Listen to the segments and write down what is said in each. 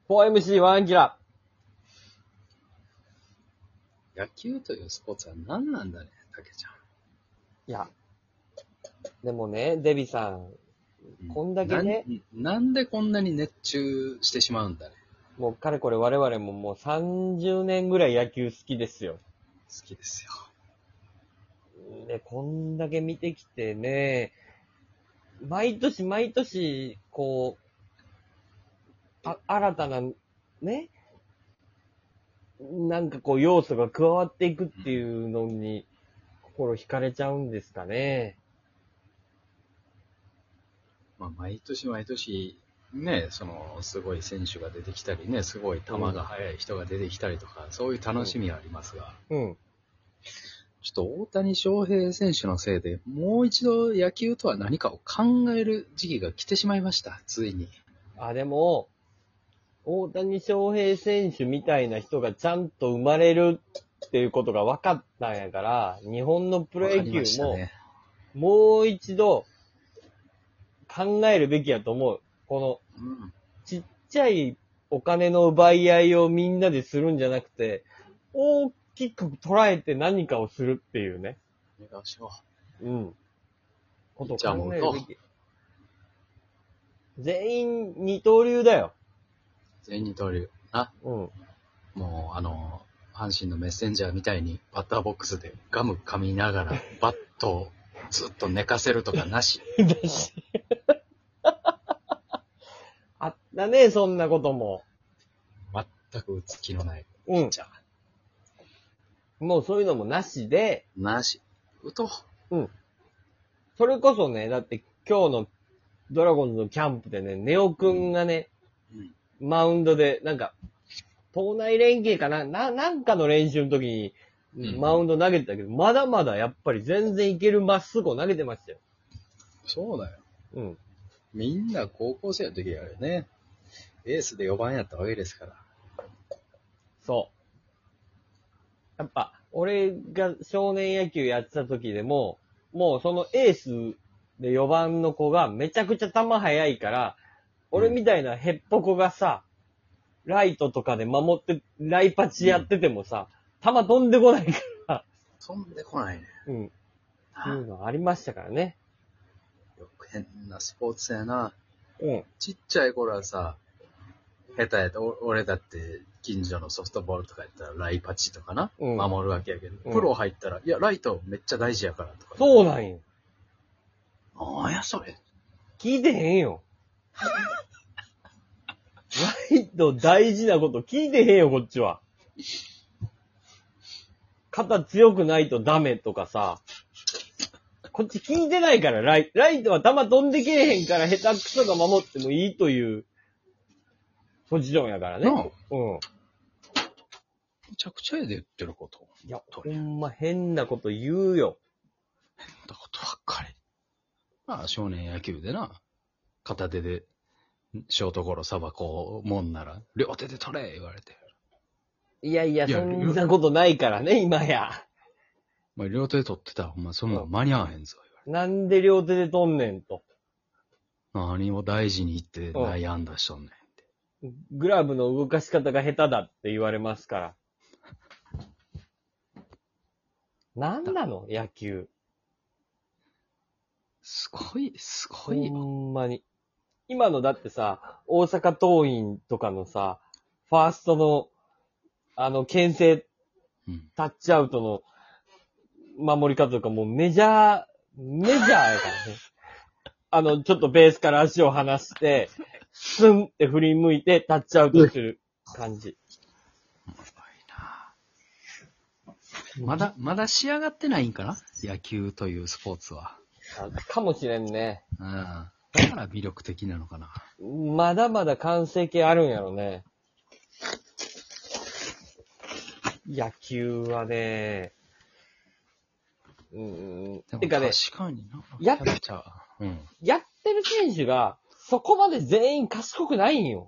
4MC1 アキラ。 野球というスポーツは何なんだね、たけちゃん。 いや、でもね、デビさん、こんだけね、 なんでこんなに熱中してしまうんだね。 もうかれこれ我々ももう30年ぐらい野球好きですよ。 好きですよ。 で、こんだけ見てきてね、毎年毎年、こう、新たな、ね、なんかこう要素が加わっていくっていうのに、心惹かれちゃうんですかね。 まあ、毎年毎年、ね、すごい選手が出てきたりね、すごい球が速い人が出てきたりとか、そういう楽しみはありますが、 うん。 ちょっと大谷翔平選手のせいで、もう一度野球とは何かを考える時期が来てしまいました、ついに。 でも、大谷翔平選手みたいな人がちゃんと生まれるっていうことが分かったんやから、日本のプロ野球も、もう一度考えるべきやと思う。この、ちっちゃいお金の奪い合いをみんなでするんじゃなくて、大きく捉えて何かをするっていうね。 お願いしようん。ことをじゃあもう考えるべき。全員二刀流だよ。 全員二刀流。な。 うん。 もう、阪神のメッセンジャーみたいにバッターボックスでガム噛みながらバットをずっと寝かせるとかなし。 あったね、そんなことも。 全く打つ気のないピッチャー。もうそういうのもなしで。 なし。打とう。うん。それこそね、だって今日のドラゴンズのキャンプでね、ネオくんがね、マウンドで、なんか、党内連携かななんかの練習の時に、マウンド投げてたけど、まだまだやっぱり全然いけるまっすぐを投げてましたよ。 そうだよ。 うん。 みんな高校生の時やるよね。エースで4番やったわけですから。 そう。やっぱ、俺が少年野球やってた時でも、もうそのエースで4番の子がめちゃくちゃ球速いから、俺みたいなヘッポコがさ、ライトとかで守って、ライパチやっててもさ、球飛んでこないから。 飛んでこないね。 うん。っていうのありましたからね。 よく変なスポーツやな。 うん。 ちっちゃい頃はさ、下手やった。俺だって近所のソフトボールとかやったらライパチとかな、守るわけやけど、プロ入ったら、いや、ライトめっちゃ大事やからとか。 そうなんよ。 なんやそれ。 聞いてへんよ。ライト大事なこと聞いてへんよ、こっちは。肩強くないとダメとかさ。こっち聞いてないから、ライトは球飛んでけえへんから下手くそが守ってもいいというポジションやからね。うん。 めちゃくちゃやで言ってること。 いや、ほんま変なこと言うよ。 変なことばっかり。まあ、少年野球でな、片手で、ショートゴロさばこうもんなら、両手で取れ言われて。 いやいや、そんなことないからね、今や。 まあ、両手で取ってたら、ほんまそんなん間に合わへんぞ、 なんで両手で取んねんと。 何を大事に言って内野安打しとんねんって。 グラブの動かし方が下手だって言われますから。なんなの野球。 すごいよ。 ほんまに。今のだってさ、大阪桐蔭とかのさ、ファーストの、牽制、タッチアウトの守り方とかもうメジャーやからね。ちょっとベースから足を離して、スンって振り向いてタッチアウトする感じ。 まだ仕上がってないんかな野球というスポーツは。 かもしれんね。 だから魅力的なのかな。 まだまだ完成形あるんやろね。野球はね、てかね、 確かにな。 やってる選手が、そこまで全員賢くないんよ。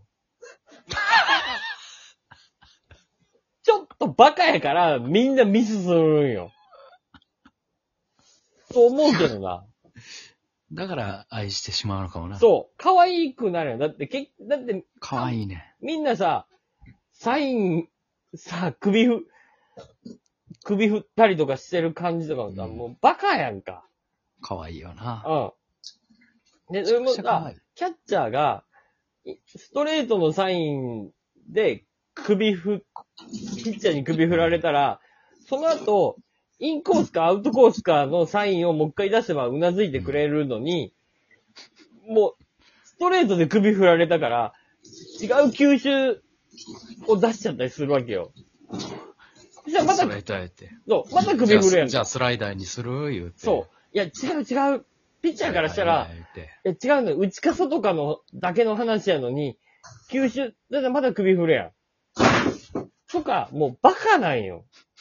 ちょっとバカやから、みんなミスするんよ。と思うけどな。 だから愛してしまうのかもな。 そう。可愛くなるよ。だって、 可愛いね。 みんなさ、サイン、さ、首振ったりとかしてる感じとかもさ、 うんもうバカやんか。 可愛いよな。 うん。で、それもめちゃくちゃ可さ愛い、 キャッチャーが、ストレートのサインでピッチャーに首振られたら、その後、インコースかアウトコースかのサインをもう一回出せばうなずいてくれるのに、もう、ストレートで首振られたから、違う球種を出しちゃったりするわけよ。そしたらまた、 ストレートやって。 そう、また首振るやんか。 じゃあスライダーにする言うて。 そう。いや、違う。ピッチャーからしたら、いや違うのよ。内か外かのだけの話やのに、球種、だってまだ首振るやん。とか、もうバカなんよ。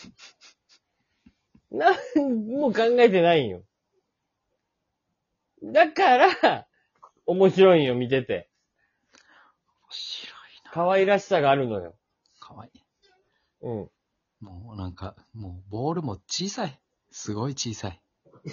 もう考えてないんよ。だから、面白いんよ、見てて。 面白いな。 可愛らしさがあるのよ。 可愛い。 うん。 もうなんか、もうボールも小さい。すごい小さい。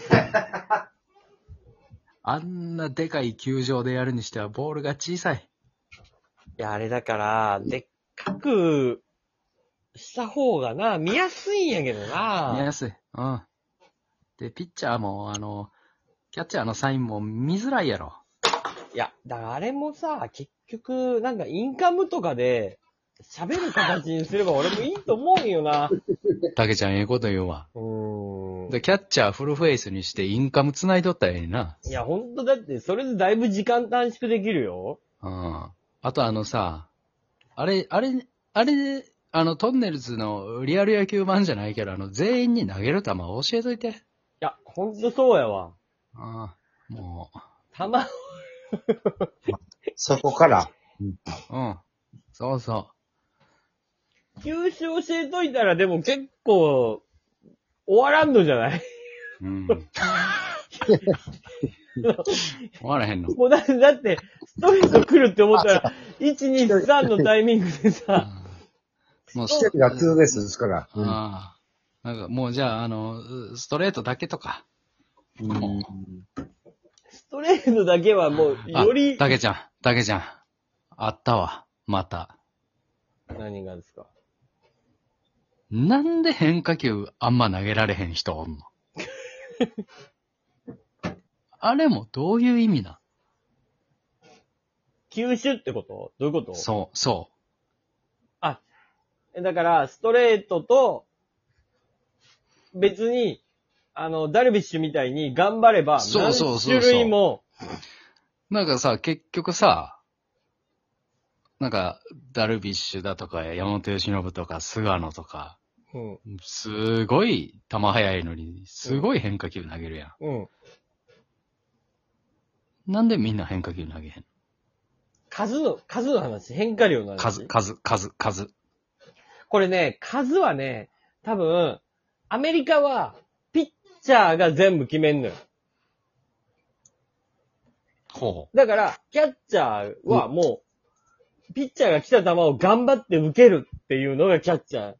あんなでかい球場でやるにしてはボールが小さい。 いや、あれだから、でっかくした方がな、見やすいんやけどな。 見やすい。うん。で、ピッチャーも、キャッチャーのサインも見づらいやろ。 いや、だからあれもさ、結局、なんかインカムとかで、喋る形にすれば俺もいいと思うんよな。 たけちゃんええこと言うわ。で、キャッチャーフルフェイスにしてインカム繋いどったらええな。 いや、ほんとだって、それでだいぶ時間短縮できるよ。 うん。あとさ、あれ、トンネルズのリアル野球版じゃないけど、全員に投げる球教えといて。 いや、ほんとそうやわ。 ああ、も球、 そこから。 う。うん。そうそ球種教えといたらでも結構、終わらんのじゃない？ う。うん。終わらへんの。 もうだって、ストレート来るって思ったら、1、2、3のタイミングでさ、 もう一人がツーベースですから。 ああ。なんかもうじゃあ、ストレートだけとか。 ストレートだけはもう、より、 たけちゃん。あったわ。また。 何がですか？ なんで変化球あんま投げられへん人おんのあれもどういう意味な球種ってこと？どういうこと？ そだから、ストレートと、別に、ダルビッシュみたいに頑張れば、 そうそうそうそう何種類も、 う。なんかさ、結局さ、なんか、ダルビッシュだとか、山本由伸とか、菅野とか、 うん、 すごい球速いのに、すごい変化球投げるやん。 うん。 なんでみんな変化球投げへん数の話、変化量の話。 数。 これね、数はね、多分、アメリカは、ピッチャーが全部決めんのよ。 ほだから、キャッチャーはもう、ピッチャーが来た球を頑張って受けるっていうのがキャッチャー。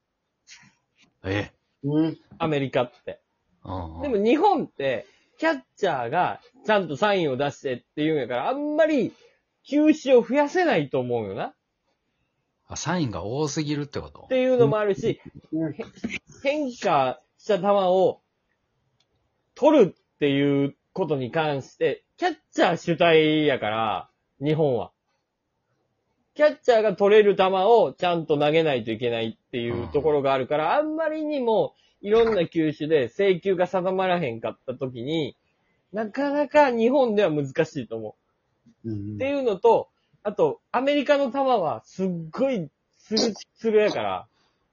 アメリカって。でも日本って、キャッチャーがちゃんとサインを出してっていうんやから、あんまり球種を増やせないと思うよな。 サインが多すぎるってことっていうのもあるし、変化した球を取るっていうことに関して、キャッチャー主体やから、日本は。キャッチャーが取れる球をちゃんと投げないといけないっていうところがあるから、あんまりにもいろんな球種で制球が定まらへんかった時に、なかなか日本では難しいと思う。っていうのと、あと、アメリカの球はすっごいツルツルやから、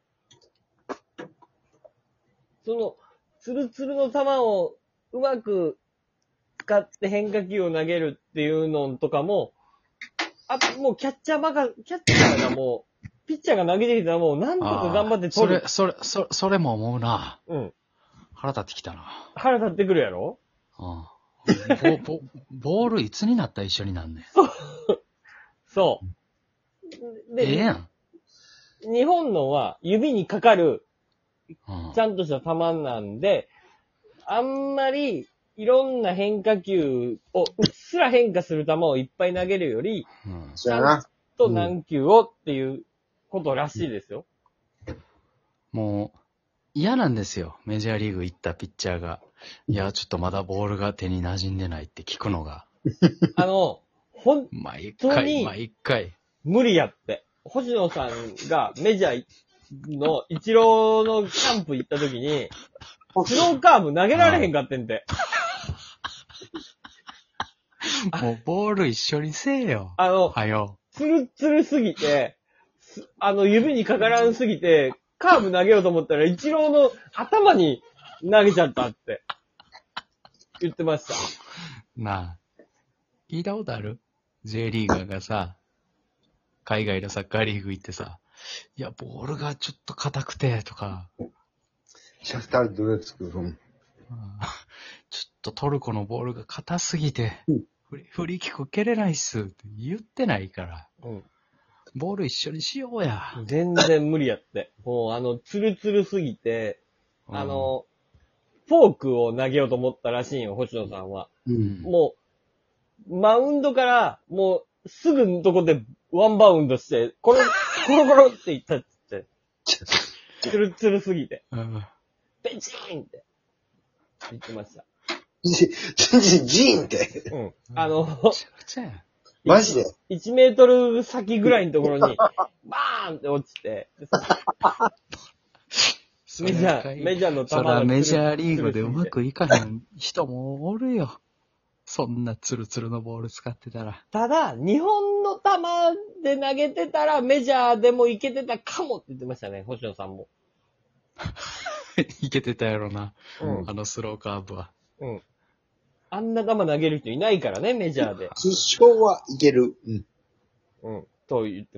その、ツルツルの球をうまく使って変化球を投げるっていうのとかも、あともうキャッチャーがもう、ピッチャーが投げてきたらもうなんとか頑張って取る。 それも思うな。 うん。 腹立ってきたな。 腹立ってくるやろ？ ボールいつになったら一緒になんねん。 そう。で、 やん。 日本のは指にかかる、ちゃんとした球なんで、あんまりいろんな変化球を、うっすら変化する球をいっぱい投げるより、 そうやな。 と何球をっていうことらしいですよ。 もう、嫌なんですよ。メジャーリーグ行ったピッチャーが。いや、ちょっとまだボールが手に馴染んでないって聞くのが。毎回。 無理やって。星野さんがメジャーのイチローのキャンプ行った時に、スローカーブ投げられへんかってんて。 もうボール一緒にせえよ。 ツルツルすぎて、指にかからんすぎて、カーブ投げようと思ったら、イチローの頭に投げちゃったって言ってました。 なあ。聞いたことある？ J リーガーがさ、海外のサッカーリーグ行ってさ、いや、ボールがちょっと硬くて、とか。 シャフタルドレツク。 ちょっとトルコのボールが硬すぎて、フリーキック蹴れないっすって言ってないから。ボール一緒にしようや。 全然無理やって。もうツルツルすぎて、フォークを投げようと思ったらしいよ、星野さんは。もう、マウンドから、もう、すぐのとこでワンバウンドして、コロコロって言ったって言って。ツルツルすぎて。ペチーンって言ってました。 ジーンって。マジで ?1 メートル先ぐらいのところに、バーンって落ちて、メジャーの球そらメジャーリーグでうまくいかへん人もおるよ。そんなツルツルのボール使ってたら。 ただ、日本の球で投げてたらメジャーでもいけてたかもって言ってましたね、星野さんも。 いけてたやろな。スローカーブは。 あんな球投げる人いないからね、メジャーで。 決勝はいける。 と言って